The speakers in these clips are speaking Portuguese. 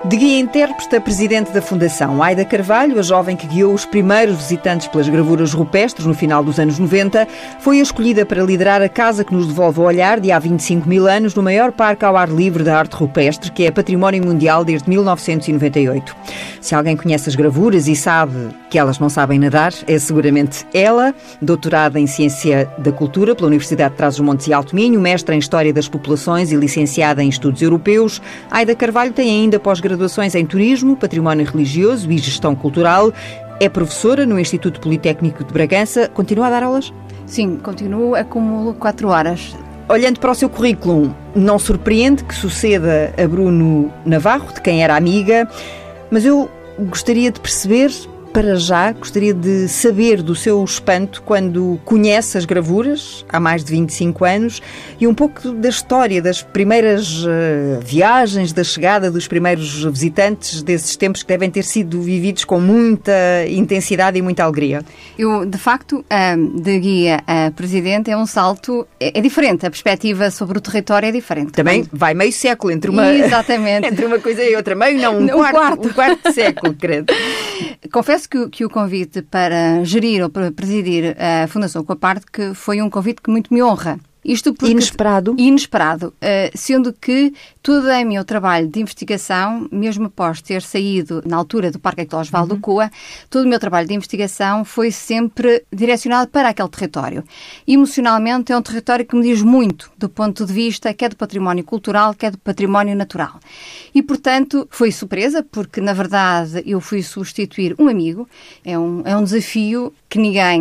De guia intérprete a presidente da Fundação, Aida Carvalho, a jovem que guiou os primeiros visitantes pelas gravuras rupestres no final dos anos 90, foi a escolhida para liderar a Casa que nos devolve o olhar de há 25 mil anos no maior parque ao ar livre da arte rupestre, que é Património Mundial desde 1998. Se alguém conhece as gravuras e sabe que elas não sabem nadar, é seguramente ela, doutorada em Ciência da Cultura pela Universidade de Trás-os-Montes e Alto Minho, mestra em História das Populações e licenciada em Estudos Europeus. Aida Carvalho tem ainda pós-graduações em Turismo, Património Religioso e Gestão Cultural. É professora no Instituto Politécnico de Bragança. Continua a dar aulas? Sim, continuo, acumulo 4 horas. Olhando para o seu currículo, não surpreende que suceda a Bruno Navarro, de quem era amiga, mas eu gostaria de perceber, para já, gostaria de saber do seu espanto quando conhece as gravuras, há mais de 25 anos, e um pouco da história das primeiras viagens, da chegada dos primeiros visitantes desses tempos que devem ter sido vividos com muita intensidade e muita alegria. Eu, de facto, de guia a presidente é um salto, é diferente, a perspectiva sobre o território é diferente. Também vai meio século entre uma, exatamente. entre uma coisa e outra. Meio não, um quarto século, credo. Confesso que o convite para gerir ou para presidir a Fundação Aquaparte que foi um convite que muito me honra. Isto porque, inesperado, sendo que todo o meu trabalho de investigação, mesmo após ter saído na altura do Parque Ecológico Val do Coa, todo o meu trabalho de investigação foi sempre direcionado para aquele território. Emocionalmente é um território que me diz muito do ponto de vista quer do património cultural, quer do património natural. E, portanto, foi surpresa, porque, na verdade, eu fui substituir um amigo. É um desafio que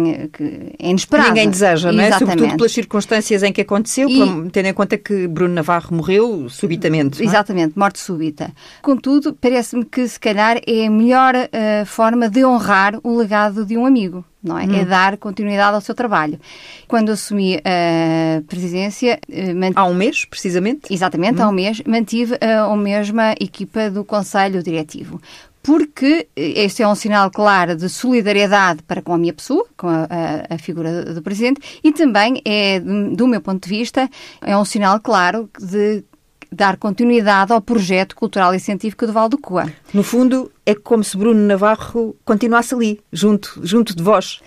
é inesperado. Ninguém deseja, não é? Exatamente. Sobretudo pelas circunstâncias em que aconteceu, tendo em conta que Bruno Navarro morreu subitamente. Não é? Exatamente, morte súbita. Contudo, parece-me que, se calhar, é a melhor forma de honrar o legado de um amigo. Não é? É dar continuidade ao seu trabalho. Quando assumi a presidência... Há um mês, precisamente? Exatamente, há um mês, mantive a mesma equipa do Conselho Diretivo. Porque este é um sinal claro de solidariedade para com a minha pessoa, com a figura do Presidente, e também é, do meu ponto de vista, é um sinal claro de dar continuidade ao projeto cultural e científico do Val do Coa. No fundo, é como se Bruno Navarro continuasse ali, junto de vós,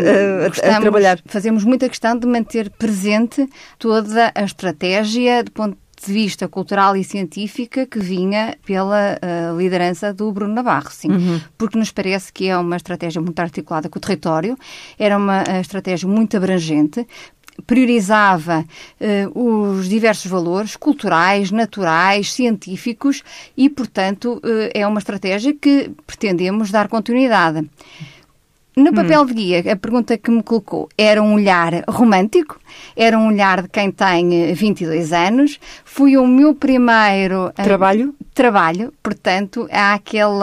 a trabalhar. Fazemos muita questão de manter presente toda a estratégia de ponto de vista cultural e científica que vinha pela liderança do Bruno Navarro, sim. Porque nos parece que é uma estratégia muito articulada com o território, era uma estratégia muito abrangente, priorizava os diversos valores culturais, naturais, científicos e, portanto, é uma estratégia que pretendemos dar continuidade. No papel de guia, a pergunta que me colocou era um olhar romântico, era um olhar de quem tem 22 anos, foi o meu primeiro trabalho, portanto, há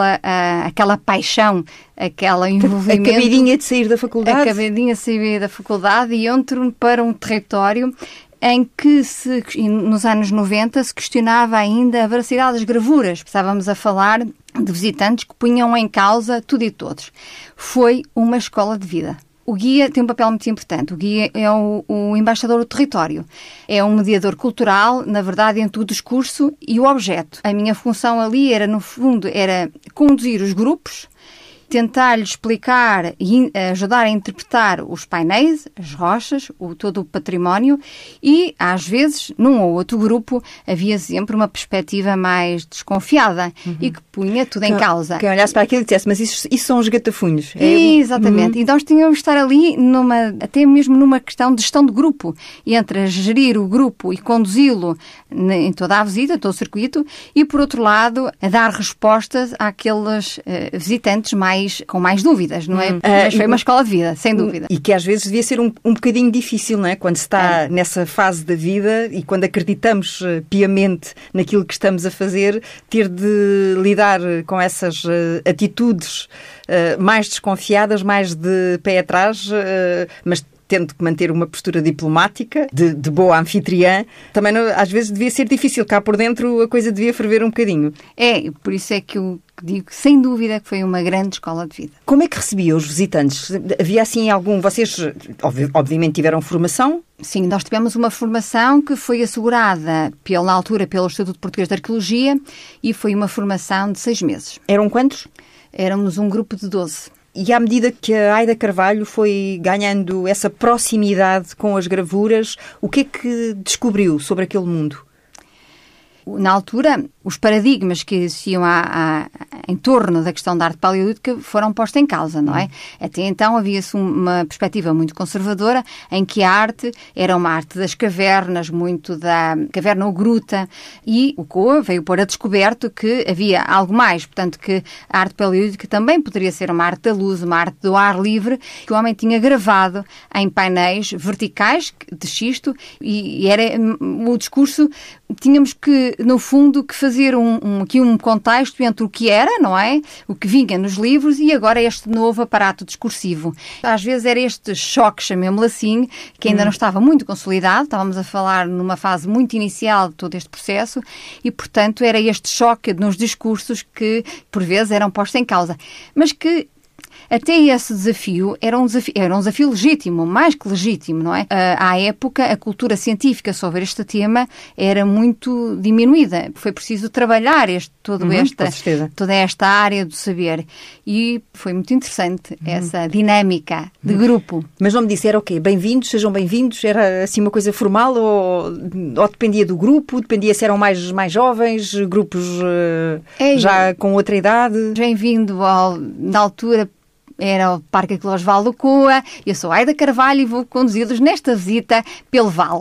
aquela paixão, aquele envolvimento. Acabadinha de sair da faculdade. Acabadinha de sair da faculdade e entro para um território em que, nos anos 90, se questionava ainda a veracidade das gravuras. Estávamos a falar de visitantes que punham em causa tudo e todos. Foi uma escola de vida. O guia tem um papel muito importante. O guia é o embaixador do território. É um mediador cultural, na verdade, entre o discurso e o objeto. A minha função ali era, no fundo, era conduzir os grupos, tentar-lhes explicar e ajudar a interpretar os painéis, as rochas, todo o património e, às vezes, num ou outro grupo, havia sempre uma perspectiva mais desconfiada e que punha tudo em causa. Quem olhasse para aquilo e dissesse, mas isso são os gatafunhos. Exatamente. E nós tínhamos de estar ali, até mesmo numa questão de gestão de grupo, entre gerir o grupo e conduzi-lo em toda a visita, todo o circuito, e, por outro lado, a dar respostas àqueles visitantes com mais dúvidas, não é? Mas foi uma escola de vida, sem dúvida. E que às vezes devia ser um bocadinho difícil, não é? Quando se está nessa fase da vida e quando acreditamos piamente naquilo que estamos a fazer, ter de lidar com essas atitudes mais desconfiadas, mais de pé atrás, mas tendo que manter uma postura diplomática, de boa anfitriã, também às vezes devia ser difícil. Cá por dentro a coisa devia ferver um bocadinho. Por isso é que eu digo, sem dúvida, que foi uma grande escola de vida. Como é que recebia os visitantes? Havia assim algum... Vocês, obviamente, tiveram formação? Sim, nós tivemos uma formação que foi assegurada, na altura, pelo Instituto Português de Arqueologia, e foi uma formação de 6 meses. Eram quantos? Éramos um grupo de 12. E à medida que a Aida Carvalho foi ganhando essa proximidade com as gravuras, o que é que descobriu sobre aquele mundo? Na altura, os paradigmas que existiam em torno da questão da arte paleolítica foram postos em causa, não é? Até então havia-se uma perspectiva muito conservadora em que a arte era uma arte das cavernas, muito da caverna ou gruta, e o Coa veio pôr a descoberto que havia algo mais, portanto que a arte paleolítica também poderia ser uma arte da luz, uma arte do ar livre, que o homem tinha gravado em painéis verticais de xisto, e era o discurso, tínhamos que, no fundo, que fazer aqui um contexto entre o que era, não é? O que vinha nos livros e agora este novo aparato discursivo. Às vezes era este choque, chamemos-lhe assim, que ainda não estava muito consolidado, estávamos a falar numa fase muito inicial de todo este processo e, portanto, era este choque nos discursos que, por vezes, eram postos em causa. Mas que até esse desafio era um desafio legítimo, mais que legítimo, não é? À época, a cultura científica sobre este tema era muito diminuída. Foi preciso trabalhar toda esta área do saber. E foi muito interessante essa dinâmica de grupo. Mas não me disse, era o quê? Bem-vindos, sejam bem-vindos? Era assim uma coisa formal ou dependia do grupo? Dependia se eram mais jovens, grupos já com outra idade? Bem-vindo na altura... Era o Parque Arqueológico Val do Coa. Eu sou Aida Carvalho e vou conduzi-los nesta visita pelo Val.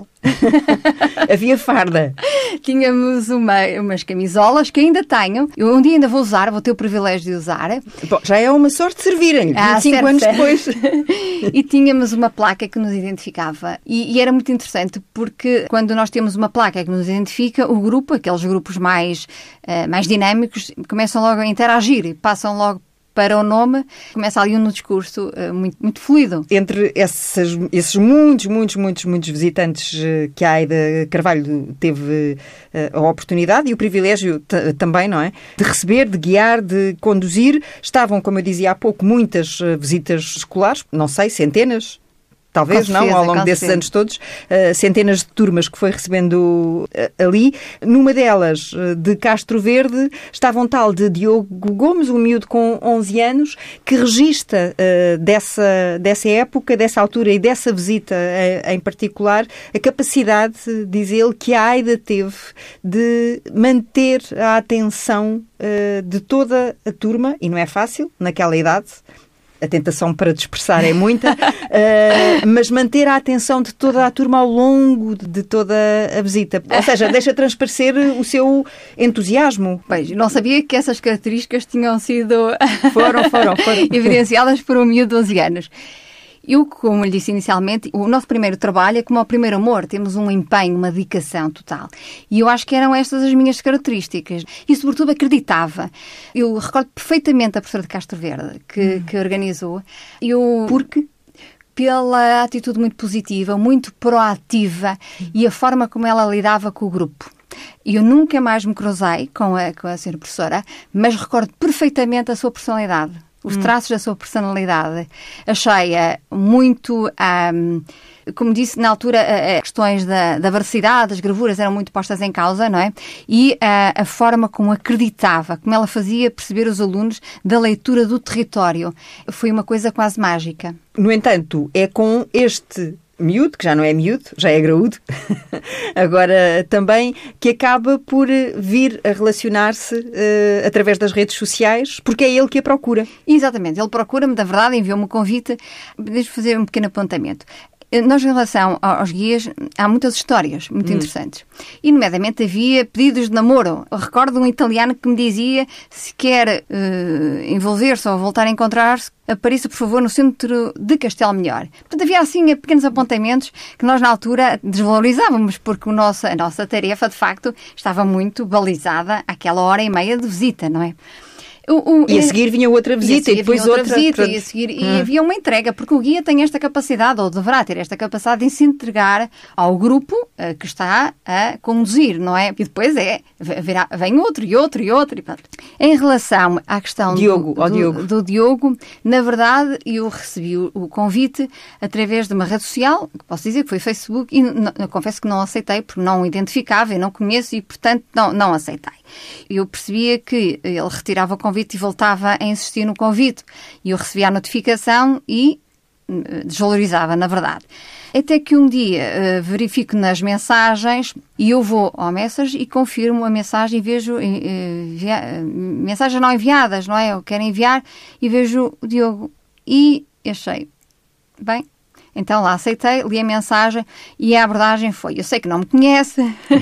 Havia farda. Tínhamos umas camisolas que ainda tenho. Eu um dia ainda vou usar, vou ter o privilégio de usar. Bom, já é uma sorte servirem. 25 anos depois. E tínhamos uma placa que nos identificava. E era muito interessante porque quando nós temos uma placa que nos identifica, o grupo, aqueles grupos mais dinâmicos, começam logo a interagir e passam logo para o nome, começa ali um discurso muito, muito fluido. Entre esses muitos visitantes que a Aida Carvalho teve a oportunidade e o privilégio também, não é? De receber, de guiar, de conduzir, estavam, como eu dizia há pouco, muitas visitas escolares, não sei, centenas, talvez, não, ao longo desses anos todos, centenas de turmas que foi recebendo ali. Numa delas, de Castro Verde, estava um tal de Diogo Gomes, um miúdo com 11 anos, que registra dessa época, dessa altura e dessa visita em particular, a capacidade, diz ele, que a Aida teve de manter a atenção de toda a turma, e não é fácil, naquela idade. A tentação para dispersar é muita, mas manter a atenção de toda a turma ao longo de toda a visita. Ou seja, deixa transparecer o seu entusiasmo. Pois, não sabia que essas características tinham sido foram evidenciadas por um miúdo de 12 anos. Eu, como lhe disse inicialmente, o nosso primeiro trabalho é como o primeiro amor. Temos um empenho, uma dedicação total. E eu acho que eram estas as minhas características. E, sobretudo, acreditava. Eu recordo perfeitamente a professora de Castro Verde, que organizou. Porque pela atitude muito positiva, muito proativa e a forma como ela lidava com o grupo. Eu nunca mais me cruzei com a senhora professora, mas recordo perfeitamente a sua personalidade. Os traços da sua personalidade. Achei-a muito, como disse na altura, questões da veracidade, das gravuras eram muito postas em causa, não é? E a forma como acreditava, como ela fazia perceber os alunos da leitura do território. Foi uma coisa quase mágica. No entanto, é com este miúdo, que já não é miúdo, já é graúdo, agora também, que acaba por vir a relacionar-se através das redes sociais, porque é ele que a procura. Exatamente, ele procura-me, da verdade, enviou-me um convite. Deixa-me fazer um pequeno apontamento. Nós, em relação aos guias, há muitas histórias muito interessantes. E, nomeadamente, havia pedidos de namoro. Eu recordo um italiano que me dizia, se quer envolver-se ou voltar a encontrar-se, apareça, por favor, no centro de Castelo Melhor. Portanto, havia, assim, pequenos apontamentos que nós, na altura, desvalorizávamos, porque a nossa tarefa, de facto, estava muito balizada àquela hora e meia de visita, não é? E a seguir vinha outra visita e depois outra visita, e a seguir e havia uma entrega, porque o guia tem esta capacidade, ou deverá ter esta capacidade de se entregar ao grupo que está a conduzir, não é? E depois vem outro e outro e outro. E pronto. Em relação à questão do Diogo, na verdade, eu recebi o convite através de uma rede social, que posso dizer que foi Facebook, e eu confesso que não aceitei, porque não o identificava e não conheço e, portanto, não aceitei. Eu percebia que ele retirava o convite e voltava a insistir no convite. E eu recebia a notificação e desvalorizava, na verdade. Até que um dia verifico nas mensagens e eu vou ao Message e confirmo a mensagem e vejo mensagens não enviadas, não é? Eu quero enviar e vejo o Diogo. E achei, bem, então lá aceitei, li a mensagem e a abordagem foi: eu sei que não me conhece,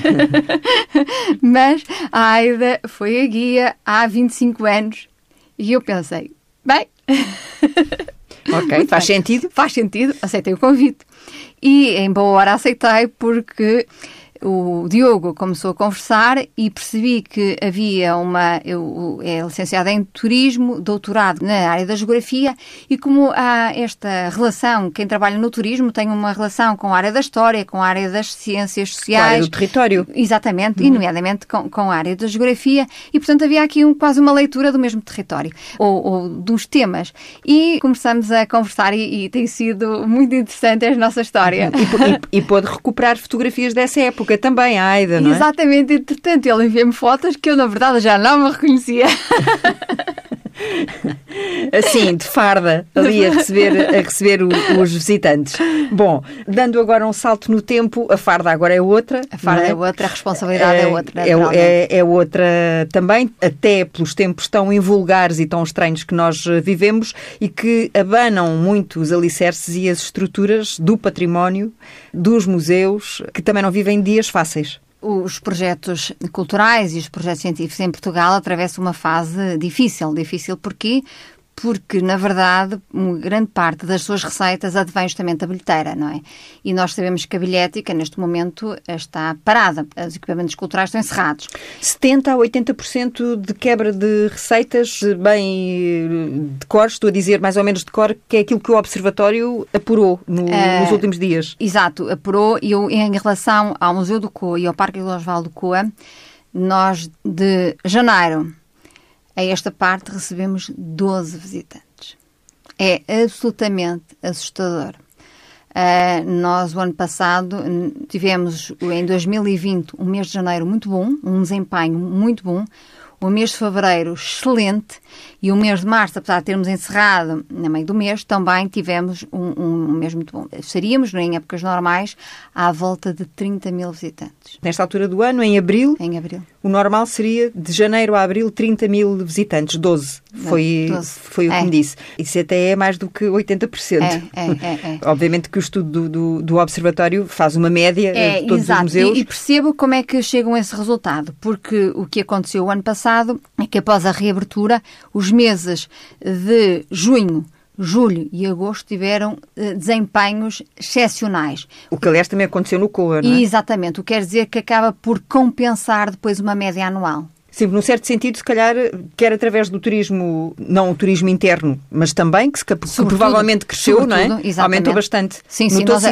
mas a Aida foi a guia há 25 anos. E eu pensei, bem... Ok, faz sentido. Faz sentido, aceitei o convite. E em boa hora aceitei, porque o Diogo começou a conversar e percebi que havia eu é licenciada em turismo, doutorado na área da geografia, e como há esta relação, quem trabalha no turismo tem uma relação com a área da história, com a área das ciências sociais. Com a área do território. Exatamente, e nomeadamente com a área da geografia, e portanto havia aqui quase uma leitura do mesmo território, ou dos temas. E começamos a conversar e tem sido muito interessante a nossa história. E pôde recuperar fotografias dessa época também, a Aida, não é? Exatamente, entretanto ele enviou-me fotos que eu na verdade já não me reconhecia. Assim, de farda, ali a receber os visitantes. Bom, dando agora um salto no tempo, a farda agora é outra. A farda é outra, a responsabilidade é outra. É outra também, até pelos tempos tão invulgares e tão estranhos que nós vivemos e que abanam muito os alicerces e as estruturas do património, dos museus, que também não vivem dias fáceis. Os projetos culturais e os projetos científicos em Portugal atravessam uma fase difícil. Difícil porquê? Porque, na verdade, uma grande parte das suas receitas advém justamente da bilheteira, não é? E nós sabemos que a bilhética, neste momento, está parada. Os equipamentos culturais estão encerrados. 70% a 80% de quebra de receitas, bem de cor, estou a dizer mais ou menos de cor, que é aquilo que o Observatório apurou nos últimos dias. Exato, apurou. E em relação ao Museu do Coa e ao Parque Osvaldo Coa, nós, de janeiro a esta parte, recebemos 12 visitantes. É absolutamente assustador. Nós, o ano passado, tivemos, em 2020, um mês de janeiro muito bom, um desempenho muito bom, o mês de fevereiro excelente e o mês de março, apesar de termos encerrado no meio do mês, também tivemos um mês muito bom. Estaríamos, em épocas normais, à volta de 30 mil visitantes. Nesta altura do ano, em abril? Em abril. O normal seria, de janeiro a abril, 30 mil visitantes, 12. Foi o que me disse. Isso até é mais do que 80%. É. Obviamente que o estudo do Observatório faz uma média de todos os museus. E percebo como é que chegam a esse resultado, porque o que aconteceu o ano passado é que, após a reabertura, os meses de junho, julho e agosto tiveram desempenhos excepcionais. O que, aliás, também aconteceu no COA, não é? Exatamente. O que quer dizer que acaba por compensar depois uma média anual. Sim, num certo sentido, se calhar, quer através do turismo, não o turismo interno, mas também, que provavelmente cresceu, não é? Exatamente. Aumentou bastante. Sim,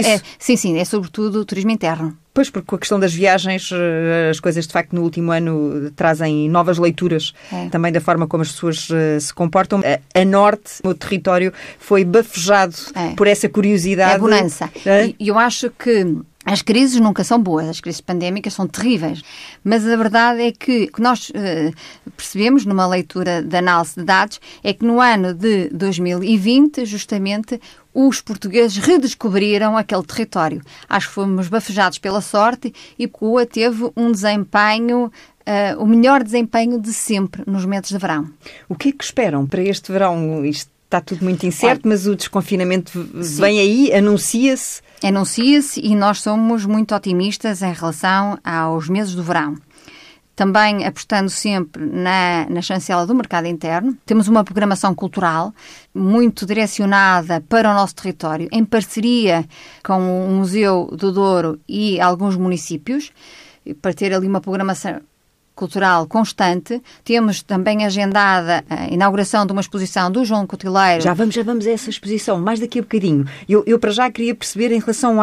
é sobretudo o turismo interno. Pois, porque com a questão das viagens, as coisas, de facto, no último ano trazem novas leituras, também da forma como as pessoas se comportam. A norte, o território, foi bafejado por essa curiosidade. É bonança. E eu acho que as crises nunca são boas, as crises pandémicas são terríveis, mas a verdade é que o que nós percebemos numa leitura de análise de dados é que no ano de 2020, justamente, os portugueses redescobriram aquele território. Acho que fomos bafejados pela sorte e Coa teve um desempenho, o melhor desempenho de sempre nos meses de verão. O que é que esperam para este verão? Isto está tudo muito incerto, mas o desconfinamento vem aí, anuncia-se? Anuncia-se e nós somos muito otimistas em relação aos meses do verão. Também apostando sempre na chancela do mercado interno. Temos uma programação cultural muito direcionada para o nosso território, em parceria com o Museu do Douro e alguns municípios, para ter ali uma programação cultural constante. Temos também agendada a inauguração de uma exposição do João Cotileiro. Já vamos a essa exposição, mais daqui a bocadinho. Eu para já queria perceber em relação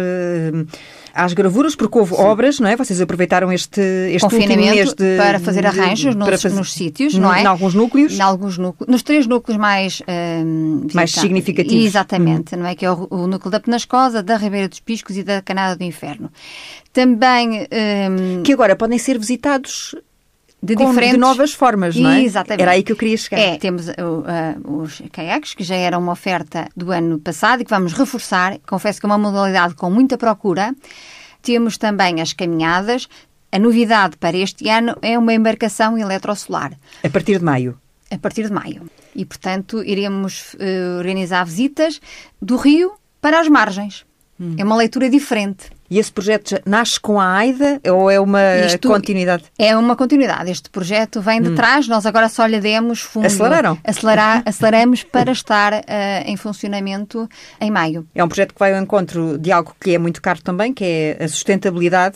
às gravuras, porque houve obras, não é? Vocês aproveitaram este confinamento último mês para fazer arranjos nos sítios, não é? Em alguns núcleos? Em alguns núcleos. Nos 3 núcleos mais significativos. Exatamente, não é? Que é o núcleo da Penascosa, da Ribeira dos Piscos e da Canada do Inferno. Também... que agora podem ser visitados de novas formas, não é? Exatamente. Era aí que eu queria chegar. Temos os caiaques, que já era uma oferta do ano passado e que vamos reforçar. Confesso que é uma modalidade com muita procura. Temos também as caminhadas. A novidade para este ano é uma embarcação eletrossolar. A partir de maio? A partir de maio. E, portanto, iremos organizar visitas do rio para as margens. É uma leitura diferente. E esse projeto nasce com a AIDA ou é uma continuidade? É uma continuidade. Este projeto vem de trás, nós agora só lhe demos fundo. Aceleraram? Aceleramos para estar em funcionamento em maio. É um projeto que vai ao encontro de algo que é muito caro também, que é a sustentabilidade.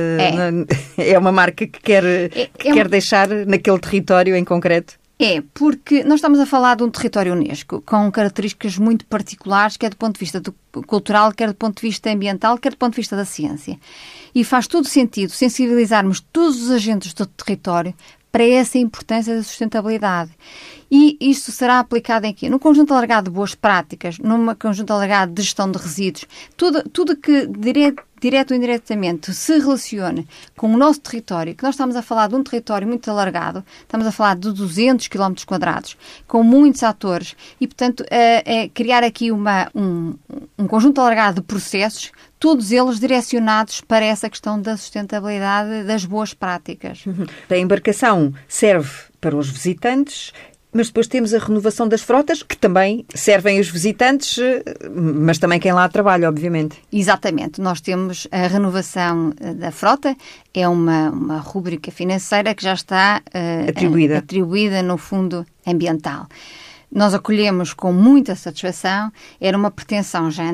É uma marca que quer deixar naquele território em concreto. Porque nós estamos a falar de um território Unesco com características muito particulares, quer do ponto de vista cultural, quer do ponto de vista ambiental, quer do ponto de vista da ciência. E faz todo sentido sensibilizarmos todos os agentes do território para essa importância da sustentabilidade. E isto será aplicado em quê? No conjunto alargado de boas práticas, num conjunto alargado de gestão de resíduos, tudo que direto ou indiretamente se relacione com o nosso território, que nós estamos a falar de um território muito alargado, estamos a falar de 200 km quadrados, com muitos atores, e, portanto, criar aqui um conjunto alargado de processos, todos eles direcionados para essa questão da sustentabilidade das boas práticas. A embarcação serve para os visitantes, mas depois temos a renovação das frotas, que também servem os visitantes, mas também quem lá trabalha, obviamente. Exatamente. Nós temos a renovação da frota, é uma rúbrica financeira que já está atribuída no Fundo Ambiental. Nós acolhemos com muita satisfação, era uma pretensão já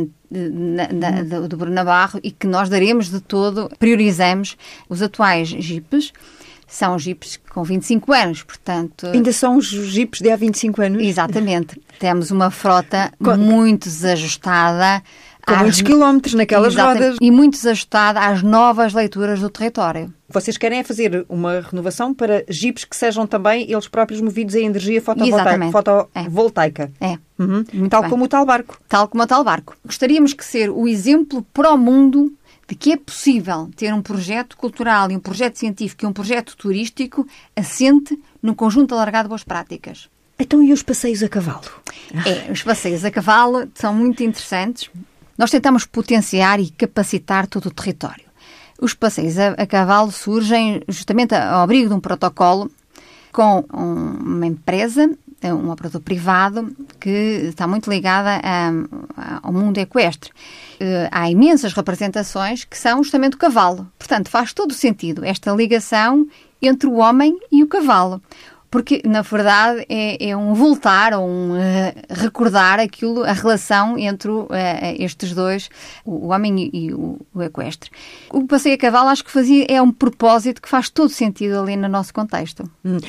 do Bruno Navarro e que nós daremos de todo, priorizamos os atuais jipes. São jipes com 25 anos, portanto... Ainda são os jipes de há 25 anos? Exatamente. Temos uma frota muito desajustada. Com muitos quilómetros naquelas rodas. E muito desajustada às novas leituras do território. Vocês querem é fazer uma renovação para jipes que sejam também eles próprios movidos a energia fotovoltaica. Tal como o tal barco. Tal como o tal barco. Gostaríamos que ser o exemplo para o mundo de que é possível ter um projeto cultural e um projeto científico e um projeto turístico assente num conjunto alargado de boas práticas. Então, e os passeios a cavalo? Os passeios a cavalo são muito interessantes. Nós tentamos potenciar e capacitar todo o território. Os passeios a cavalo surgem justamente ao abrigo de um protocolo com uma empresa, um operador privado, que está muito ligada ao mundo equestre. Há imensas representações que são justamente o cavalo. Portanto, faz todo o sentido esta ligação entre o homem e o cavalo. Porque, na verdade, é um voltar ou um recordar a relação entre estes dois, o homem e o equestre. O passeio a cavalo, acho que é um propósito que faz todo sentido ali no nosso contexto.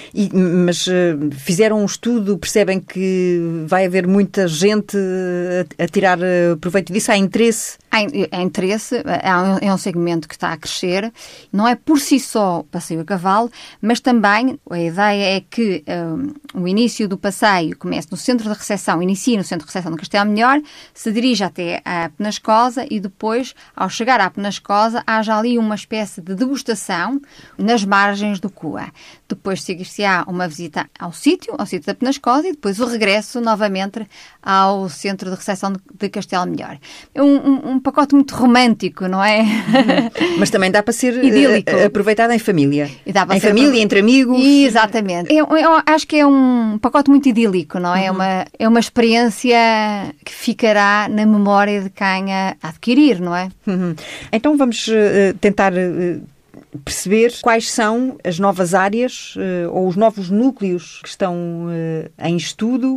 Mas fizeram um estudo, percebem que vai haver muita gente a tirar proveito disso? Há interesse? Há interesse, é um segmento que está a crescer. Não é por si só o passeio a cavalo, mas também a ideia é que o início do passeio comece no centro de recepção, inicie no centro de recepção do Castelo Melhor, se dirija até à Penascosa e depois, ao chegar à Penascosa, haja ali uma espécie de degustação nas margens do Cua. Depois seguir-se-á uma visita ao sítio da Penascosa e depois o regresso novamente ao centro de recepção de Castelo Melhor. É um pacote muito romântico, não é? Mas também dá para ser idílico, aproveitado em família. Em família, entre amigos. Exatamente. Eu acho que é um pacote muito idílico, não é? É uma experiência que ficará na memória de quem a adquirir, não é? Então vamos tentar perceber quais são as novas áreas ou os novos núcleos que estão em estudo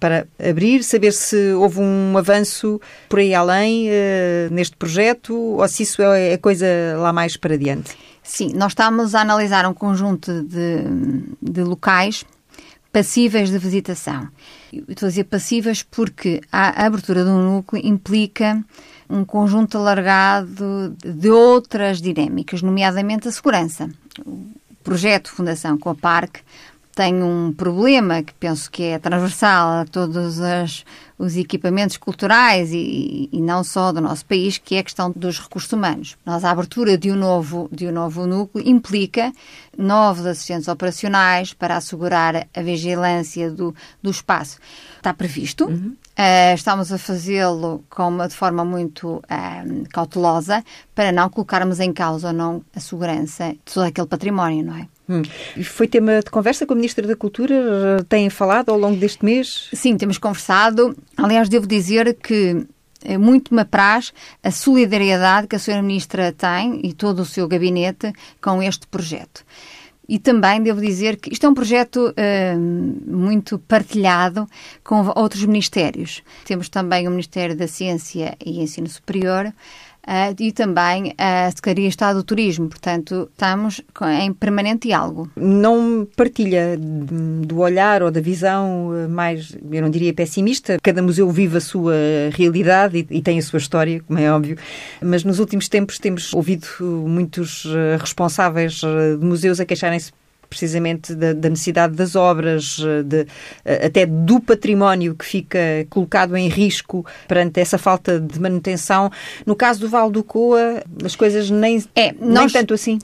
para abrir, saber se houve um avanço por aí além neste projeto ou se isso é coisa lá mais para diante. Sim, nós estamos a analisar um conjunto de locais passíveis de visitação. Estou a dizer passíveis porque a abertura de um núcleo implica um conjunto alargado de outras dinâmicas, nomeadamente a segurança. O projeto Fundação Coaparque tem um problema que penso que é transversal a todos os equipamentos culturais e não só do nosso país, que é a questão dos recursos humanos. A abertura de um novo núcleo implica novos assistentes operacionais para assegurar a vigilância do espaço. Está previsto. Estamos a fazê-lo de forma muito cautelosa para não colocarmos em causa ou não a segurança de todo aquele património, não é? Foi tema de conversa com a Ministra da Cultura? Têm falado ao longo deste mês? Sim, temos conversado. Aliás, devo dizer que muito me apraz a solidariedade que a Sra. Ministra tem e todo o seu gabinete com este projeto. E também devo dizer que isto é um projeto muito partilhado com outros ministérios. Temos também o Ministério da Ciência e Ensino Superior e também a Secretaria de Estado do Turismo. Portanto, estamos em permanente diálogo. Não partilha do olhar ou da visão mais, eu não diria pessimista. Cada museu vive a sua realidade e tem a sua história, como é óbvio. Mas nos últimos tempos temos ouvido muitos responsáveis de museus a queixarem-se precisamente da necessidade das obras, até do património que fica colocado em risco perante essa falta de manutenção. No caso do Vale do Coa, as coisas nem tanto assim.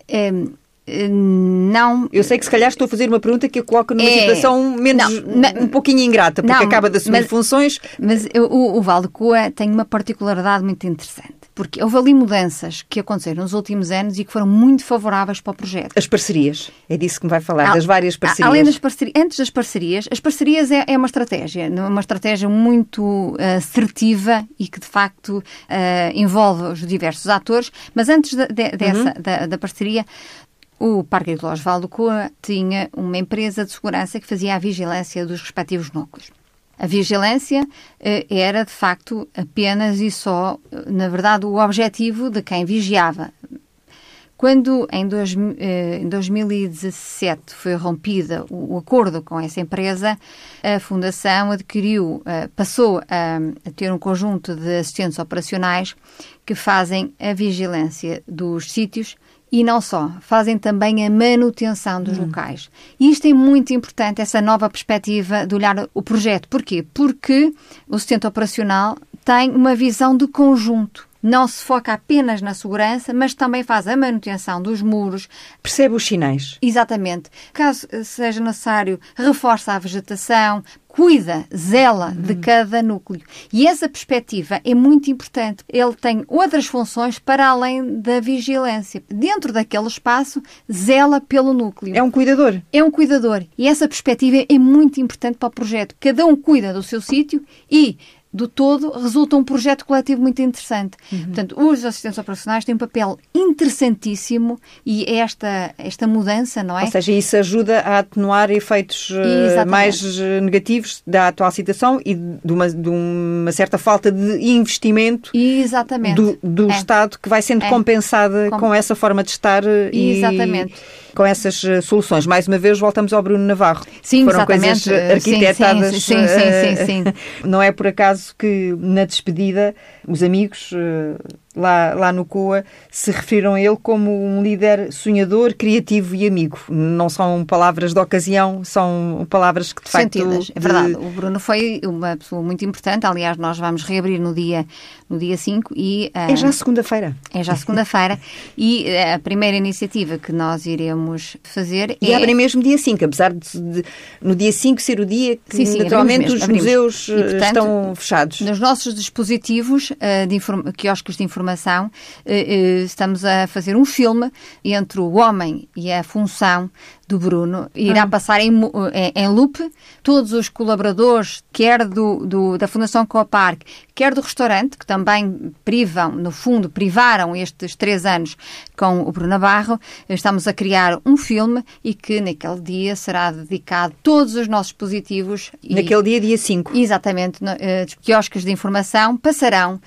Não. Eu sei que se calhar estou a fazer uma pergunta que a coloca numa situação um pouquinho ingrata, porque acaba de assumir funções. Mas o Vale do Coa tem uma particularidade muito interessante, porque houve ali mudanças que aconteceram nos últimos anos e que foram muito favoráveis para o projeto. As parcerias, é disso que me vai falar, das várias parcerias. Além das parcerias, antes das parcerias, as parcerias é uma estratégia muito assertiva e que de facto envolve os diversos atores, mas antes da parceria, o Parque Arqueológico Vale do Coa tinha uma empresa de segurança que fazia a vigilância dos respectivos núcleos. A vigilância era, de facto, apenas e só, na verdade, o objetivo de quem vigiava. Quando, em 2017, foi rompida o acordo com essa empresa, a Fundação passou a ter um conjunto de assistentes operacionais que fazem a vigilância dos sítios e não só, fazem também a manutenção dos locais. E isto é muito importante, essa nova perspectiva de olhar o projeto. Porquê? Porque o assistente operacional tem uma visão de conjunto. Não se foca apenas na segurança, mas também faz a manutenção dos muros. Percebe os sinais. Exatamente. Caso seja necessário, reforça a vegetação, cuida, zela de cada núcleo. E essa perspectiva é muito importante. Ele tem outras funções para além da vigilância. Dentro daquele espaço, zela pelo núcleo. É um cuidador. É um cuidador. E essa perspectiva é muito importante para o projeto. Cada um cuida do seu sítio e do todo, resulta um projeto coletivo muito interessante. Portanto, os assistentes operacionais têm um papel interessantíssimo e esta mudança, não é? Ou seja, isso ajuda a atenuar efeitos mais negativos da atual situação e de uma certa falta de investimento do Estado que vai sendo compensada com essa forma de estar e com essas soluções. Mais uma vez, voltamos ao Bruno Navarro. Sim, foram exatamente. Coisas arquitetadas. Sim. Não é por acaso que na despedida os amigos lá no Coa se referiram a ele como um líder sonhador, criativo e amigo. Não são palavras de ocasião, são palavras que de facto... É verdade. O Bruno foi uma pessoa muito importante. Aliás, nós vamos reabrir no dia 5 e... É já segunda-feira. É já segunda-feira. E a primeira iniciativa que nós iremos fazer E abrem mesmo dia 5, apesar de no dia 5 ser o dia que naturalmente os museus estão fechados. Nos nossos dispositivos, quiosques de informação, estamos a fazer um filme entre o homem e a função do Bruno. Irá passar em loop. Todos os colaboradores, quer da Fundação Coaparc, quer do restaurante, que também privaram estes 3 anos com o Bruno Navarro, estamos a criar um filme e que naquele dia será dedicado a todos os nossos dispositivos. Naquele dia 5. Exatamente. Os quiosques de informação passarão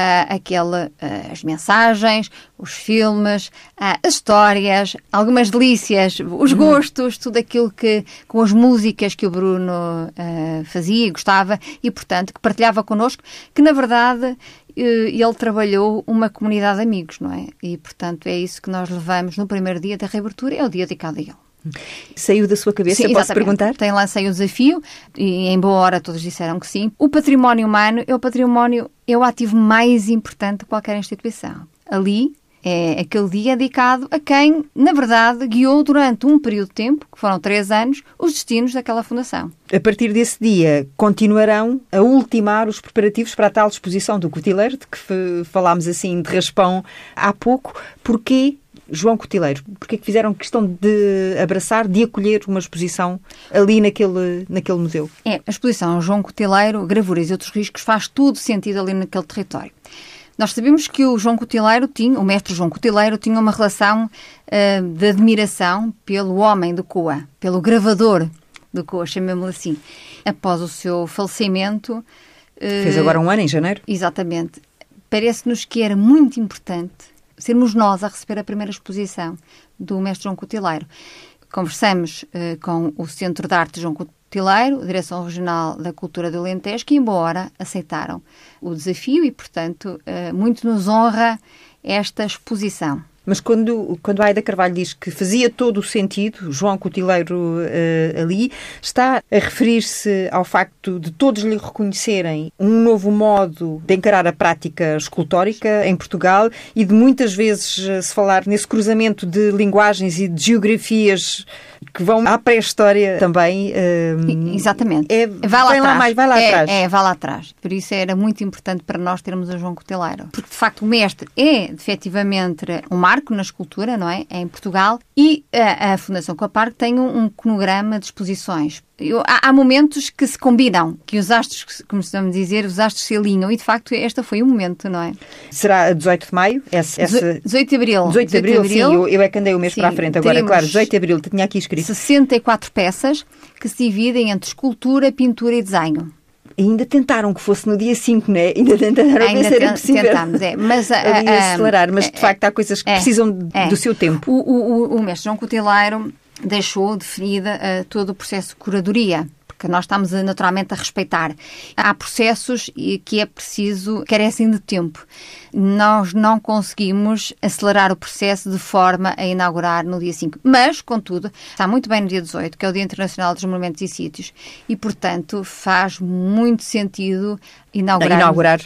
as mensagens, os filmes, as histórias, algumas delícias, os gostos, tudo aquilo com as músicas que o Bruno fazia e gostava e, portanto, que partilhava connosco, que, na verdade, ele trabalhou uma comunidade de amigos, não é? E, portanto, é isso que nós levamos no primeiro dia da reabertura, é o dia dedicado a ele. Saiu da sua cabeça, sim, posso perguntar? Lancei o desafio e em boa hora todos disseram que sim. O património humano é o ativo mais importante de qualquer instituição. Ali é aquele dia dedicado a quem, na verdade, guiou durante um período de tempo, que foram 3 anos, os destinos daquela fundação. A partir desse dia, continuarão a ultimar os preparativos para a tal exposição do Cotileiro, de que falámos assim de raspão há pouco. Porquê João Cotileiro? Porque é que fizeram questão de abraçar, de acolher uma exposição ali naquele museu? A exposição João Cotileiro, Gravuras e Outros Riscos, faz todo sentido ali naquele território. Nós sabemos que o mestre João Cotileiro tinha uma relação de admiração pelo homem do Coa, pelo gravador do Coa, chamemos-lhe assim. Após o seu falecimento... Fez agora 1 ano, em janeiro? Exatamente. Parece-nos que era muito importante sermos nós a receber a primeira exposição do mestre João Cotileiro. Conversamos com o Centro de Arte João Cotileiro, a Direção Regional da Cultura do Alentejo, que embora aceitaram o desafio e, portanto, muito nos honra esta exposição. Mas quando a Aida Carvalho diz que fazia todo o sentido, João Cotileiro ali, está a referir-se ao facto de todos lhe reconhecerem um novo modo de encarar a prática escultórica em Portugal e de muitas vezes se falar nesse cruzamento de linguagens e de geografias que vão à pré-história também. Exatamente. Vai lá atrás. Vai lá atrás. Por isso era muito importante para nós termos o João Cotileiro. Porque, de facto, o mestre é, efetivamente, um marco na escultura, não é? Em Portugal. E a Fundação Coaparc tem um cronograma de exposições. Há momentos que se combinam, que os astros, como estamos a dizer, os astros se alinham e, de facto, este foi o momento, não é? Será 18 de maio? 18 de abril. 18 de abril, sim. Eu é que andei o mês para a frente agora, claro. 18 de abril, tinha aqui escrito. 64 peças que se dividem entre escultura, pintura e desenho. Ainda tentaram que fosse no dia 5, não é? Ainda tentaram ver se era possível. Tentámos, mas acelerar, mas de facto há coisas que precisam do seu tempo. O mestre João Cotileiro deixou definida todo o processo de curadoria, porque nós estamos naturalmente a respeitar. Há processos que é preciso, carecem de tempo. Nós não conseguimos acelerar o processo de forma a inaugurar no dia 5. Mas, contudo, está muito bem no dia 18, que é o Dia Internacional dos Monumentos e Sítios, e, portanto, faz muito sentido inaugurar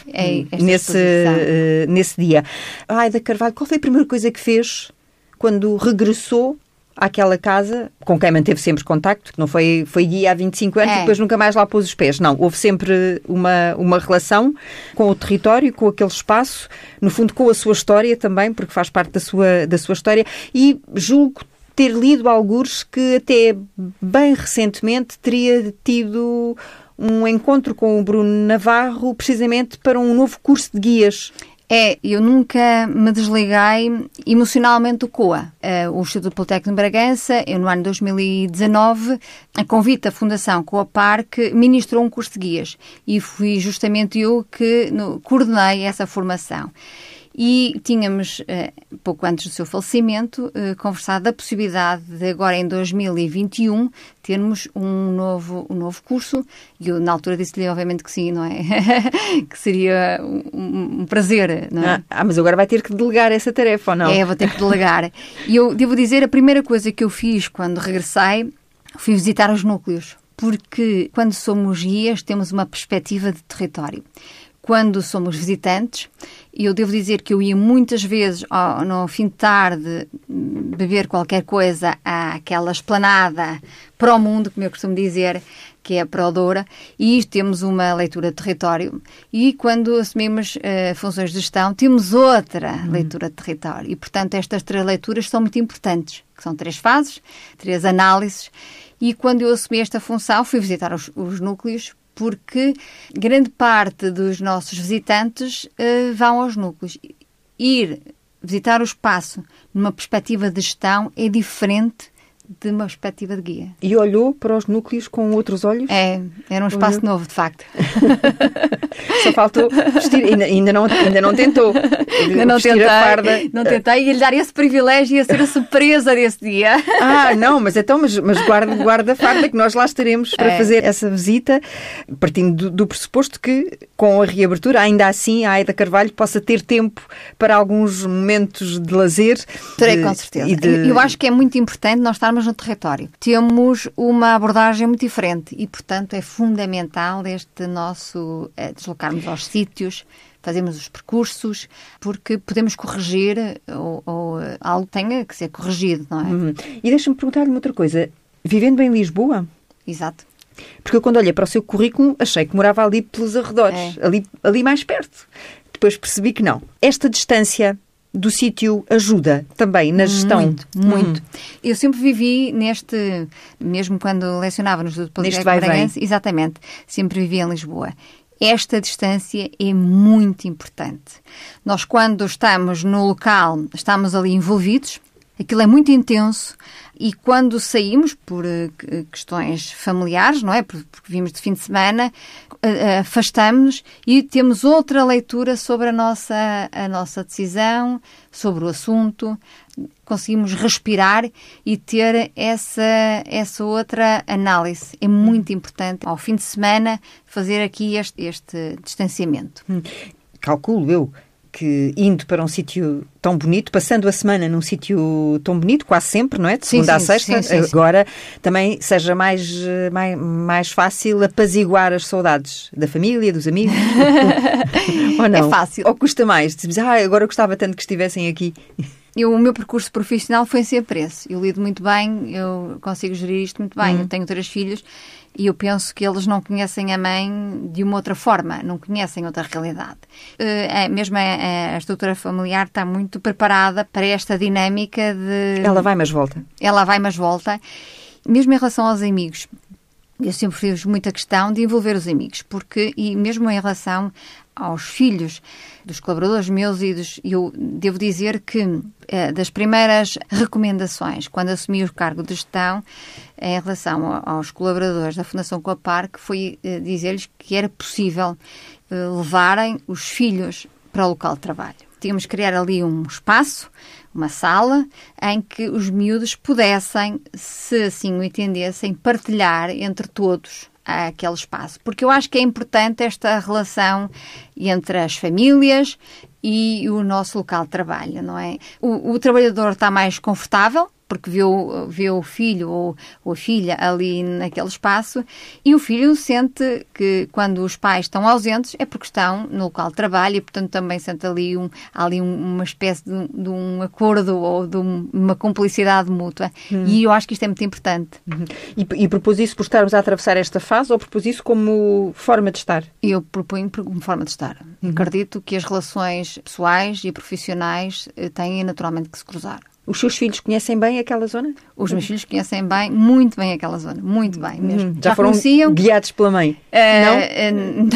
nesse dia. Aida Carvalho, qual foi a primeira coisa que fez quando regressou àquela casa, com quem manteve sempre contacto, que não foi guia há 25 anos e depois nunca mais lá pôs os pés. Não, houve sempre uma relação com o território, com aquele espaço, no fundo com a sua história também, porque faz parte da sua história, e julgo ter lido algures que até bem recentemente teria tido um encontro com o Bruno Navarro precisamente para um novo curso de guias. Eu nunca me desliguei emocionalmente do COA. O Instituto Politécnico de Bragança, no ano 2019, a convite da Fundação Coaparc, ministrou um curso de guias e fui justamente eu que coordenei essa formação. E tínhamos, pouco antes do seu falecimento, conversado da possibilidade de agora em 2021 termos um novo curso. E eu na altura disse-lhe obviamente que sim, não é? Que seria um prazer, não é? Mas agora vai ter que delegar essa tarefa, ou não? Vou ter que delegar. E eu devo dizer, a primeira coisa que eu fiz quando regressei, fui visitar os núcleos. Porque quando somos guias temos uma perspectiva de território. Quando somos visitantes, eu devo dizer que eu ia muitas vezes no fim de tarde beber qualquer coisa àquela esplanada para o mundo, como eu costumo dizer, que é a Prodoura, e temos uma leitura de território. E quando assumimos funções de gestão, temos outra leitura de território. E, portanto, estas 3 leituras são muito importantes, que são 3 fases, 3 análises. E quando eu assumi esta função, fui visitar os núcleos, porque grande parte dos nossos visitantes vão aos núcleos. Ir visitar o espaço numa perspectiva de gestão é diferente de uma perspectiva de guia. E olhou para os núcleos com outros olhos? Era um espaço novo, de facto. Só faltou vestir, ainda não tentou ainda não vestir a farda. Não tentei, e lhe dar esse privilégio e a ser a surpresa desse dia. Não, mas guarda a farda, que nós lá estaremos para fazer essa visita, partindo do pressuposto que, com a reabertura, ainda assim, a Aida Carvalho possa ter tempo para alguns momentos de lazer. Terei, com certeza. Eu acho que é muito importante nós estarmos no território. Temos uma abordagem muito diferente e, portanto, é fundamental este nosso deslocarmos aos sítios, fazermos os percursos, porque podemos corrigir ou algo tenha que ser corrigido, não é? E deixa-me perguntar-lhe outra coisa. Vivendo em Lisboa? Exato. Porque eu, quando olhei para o seu currículo, achei que morava ali pelos arredores, ali mais perto. Depois percebi que não. Esta distância do sítio ajuda também na gestão? Muito. Eu sempre vivi mesmo quando lecionava no Instituto Politécnico Bragança, exatamente, sempre vivi em Lisboa. Esta distância é muito importante. Nós, quando estamos no local, estamos ali envolvidos, aquilo é muito intenso, e quando saímos por questões familiares, não é? Porque vimos de fim de semana, afastamos-nos e temos outra leitura sobre a nossa decisão, sobre o assunto, conseguimos respirar e ter essa outra análise. É muito importante, ao fim de semana, fazer aqui este distanciamento. Calculo eu que indo para um sítio tão bonito, passando a semana num sítio tão bonito, quase sempre, não é? De segunda a sexta, agora também seja mais fácil apaziguar as saudades da família, dos amigos. Ou não? É fácil. Ou custa mais? Dizemos, agora gostava tanto que estivessem aqui. O meu percurso profissional foi sempre esse. Eu lido muito bem, eu consigo gerir isto muito bem. Eu tenho 3 filhos e eu penso que eles não conhecem a mãe de uma outra forma, não conhecem outra realidade. Mesmo a estrutura familiar está muito preparada para esta dinâmica de... Ela vai, mas volta. Ela vai, mas volta. Mesmo em relação aos amigos, eu sempre fiz muita questão de envolver os amigos, e mesmo em relação aos filhos dos colaboradores meus eu devo dizer que das primeiras recomendações, quando assumi o cargo de gestão, em relação aos colaboradores da Fundação Coapar, que foi dizer-lhes que era possível levarem os filhos para o local de trabalho. Tínhamos que criar ali um espaço, uma sala, em que os miúdos pudessem, se assim o entendessem, partilhar entre todos aquele espaço. Porque eu acho que é importante esta relação entre as famílias e o nosso local de trabalho, não é? O trabalhador está mais confortável, porque vê o filho ou a filha ali naquele espaço, e o filho sente que quando os pais estão ausentes é porque estão no local de trabalho e, portanto, também sente ali uma espécie de um acordo ou de uma cumplicidade mútua. E eu acho que isto é muito importante. E propôs isso por estarmos a atravessar esta fase ou propôs isso como forma de estar? Eu proponho como forma de estar. Acredito que as relações pessoais e profissionais têm naturalmente que se cruzar. Os seus filhos conhecem bem aquela zona? Os meus filhos conhecem muito bem aquela zona. Muito bem mesmo. Já foram conheciam? Guiados pela mãe? Não?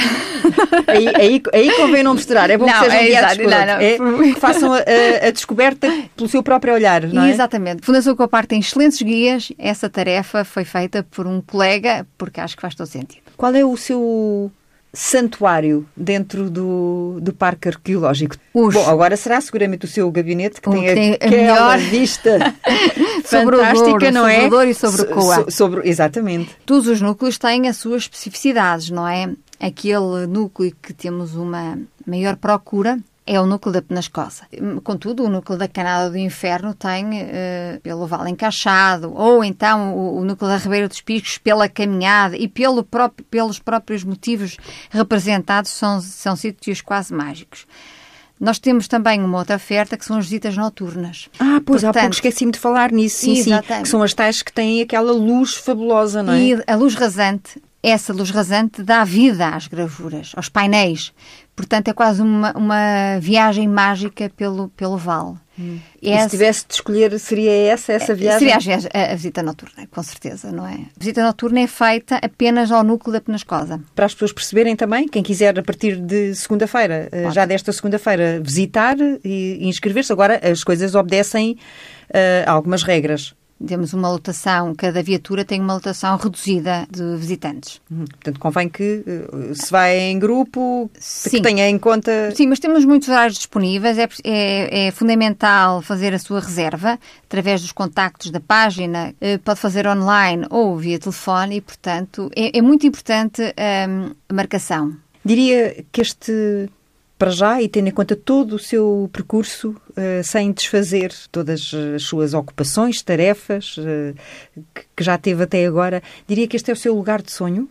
Aí convém não misturar. É bom que sejam guiados que façam a descoberta pelo seu próprio olhar, não é? Exatamente. A Fundação Coapar tem excelentes guias. Essa tarefa foi feita por um colega, porque acho que faz todo sentido. Qual é o seu santuário dentro do Parque Arqueológico? Bom, agora será seguramente o seu gabinete que tem aquela vista fantástica, não é? Sobre o Douro e sobre o Coa. Exatamente. Todos os núcleos têm as suas especificidades, não é? Aquele núcleo que temos uma maior procura é o núcleo da Penascosa. Contudo, o núcleo da Canada do Inferno tem pelo Vale Encaixado, ou então o núcleo da Ribeira dos Picos pela caminhada e pelos próprios motivos representados, são sítios quase mágicos. Nós temos também uma outra oferta que são as visitas noturnas. Pois, há pouco esqueci-me de falar nisso. Sim, que são as tais que têm aquela luz fabulosa, não é? E a luz rasante essa luz rasante dá vida às gravuras, aos painéis. Portanto, é quase uma viagem mágica pelo vale. E se tivesse de escolher, seria essa viagem? Seria a visita noturna, com certeza, não é? A visita noturna é feita apenas ao núcleo da Penascosa. Para as pessoas perceberem também, quem quiser a partir de segunda-feira, já desta segunda-feira, visitar e inscrever-se. Agora, as coisas obedecem a algumas regras. Temos uma lotação, cada viatura tem uma lotação reduzida de visitantes. Portanto, convém que se vai em grupo, Sim. que tenha em conta... Sim, mas temos muitos horários disponíveis. É fundamental fazer a sua reserva através dos contactos da página. Pode fazer online ou via telefone e, portanto, é muito importante a marcação. Diria que para já, e tendo em conta todo o seu percurso, sem desfazer todas as suas ocupações, tarefas que já teve até agora, diria que este é o seu lugar de sonho?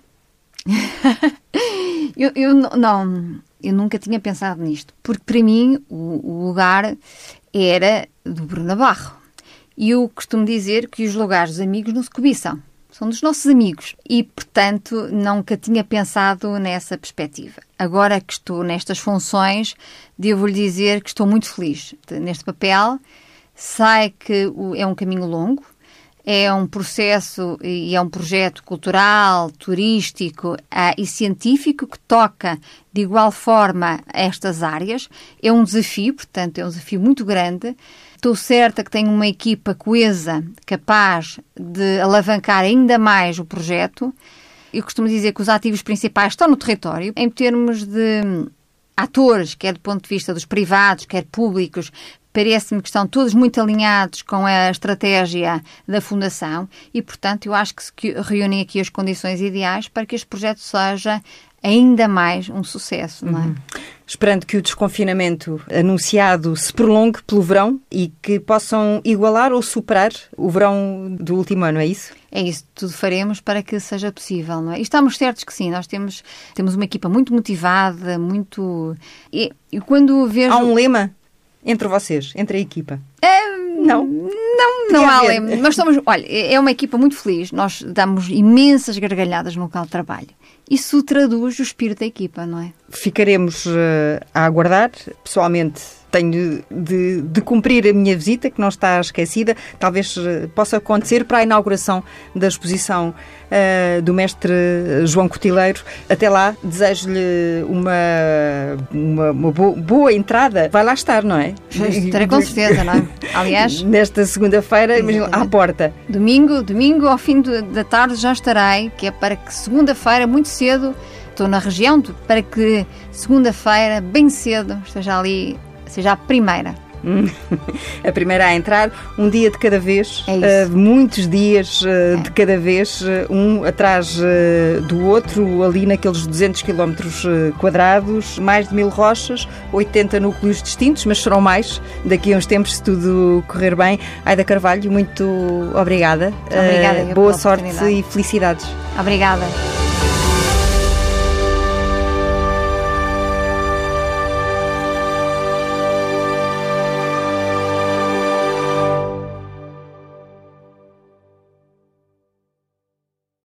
Eu nunca tinha pensado nisto, porque para mim o lugar era do Bruno Navarro. E eu costumo dizer que os lugares dos amigos não se cobiçam. São dos nossos amigos e, portanto, nunca tinha pensado nessa perspectiva. Agora que estou nestas funções, devo-lhe dizer que estou muito feliz neste papel. Sei que é um caminho longo, é um processo e é um projeto cultural, turístico e científico que toca de igual forma estas áreas. É um desafio, portanto, é um desafio muito grande. Estou certa que tenho uma equipa coesa, capaz de alavancar ainda mais o projeto. Eu costumo dizer que os ativos principais estão no território. Em termos de atores, quer do ponto de vista dos privados, quer públicos, parece-me que estão todos muito alinhados com a estratégia da Fundação e, portanto, eu acho que se reúnem aqui as condições ideais para que este projeto seja ainda mais um sucesso, não é? Esperando que o desconfinamento anunciado se prolongue pelo verão e que possam igualar ou superar o verão do último ano, é isso? É isso, tudo faremos para que seja possível, não é? E estamos certos que sim, nós temos uma equipa muito motivada, muito... E quando vejo... Há um lema entre vocês, entre a equipa? Não há lema. Nós somos, olha, é uma equipa muito feliz, nós damos imensas gargalhadas no local de trabalho. Isso traduz o espírito da equipa, não é? Ficaremos a aguardar. Pessoalmente, tenho de cumprir a minha visita, que não está esquecida. Talvez possa acontecer para a inauguração da exposição do mestre João Cotileiro. Até lá, desejo-lhe uma boa entrada. Vai lá estar, não é? Estarei com certeza, não é? Aliás... Nesta segunda-feira, imagino, à porta. Domingo, ao fim da tarde, já estarei, que é para que segunda-feira, muito cedo, estou na região, para que segunda-feira, bem cedo, esteja ali, seja a primeira. A primeira a entrar, um dia de cada vez, muitos dias de cada vez, um atrás do outro, ali naqueles 200 km quadrados, mais de 1000 rochas, 80 núcleos distintos, mas serão mais daqui a uns tempos, se tudo correr bem. Aida Carvalho, muito obrigada. Obrigada. Boa sorte e felicidades. Obrigada.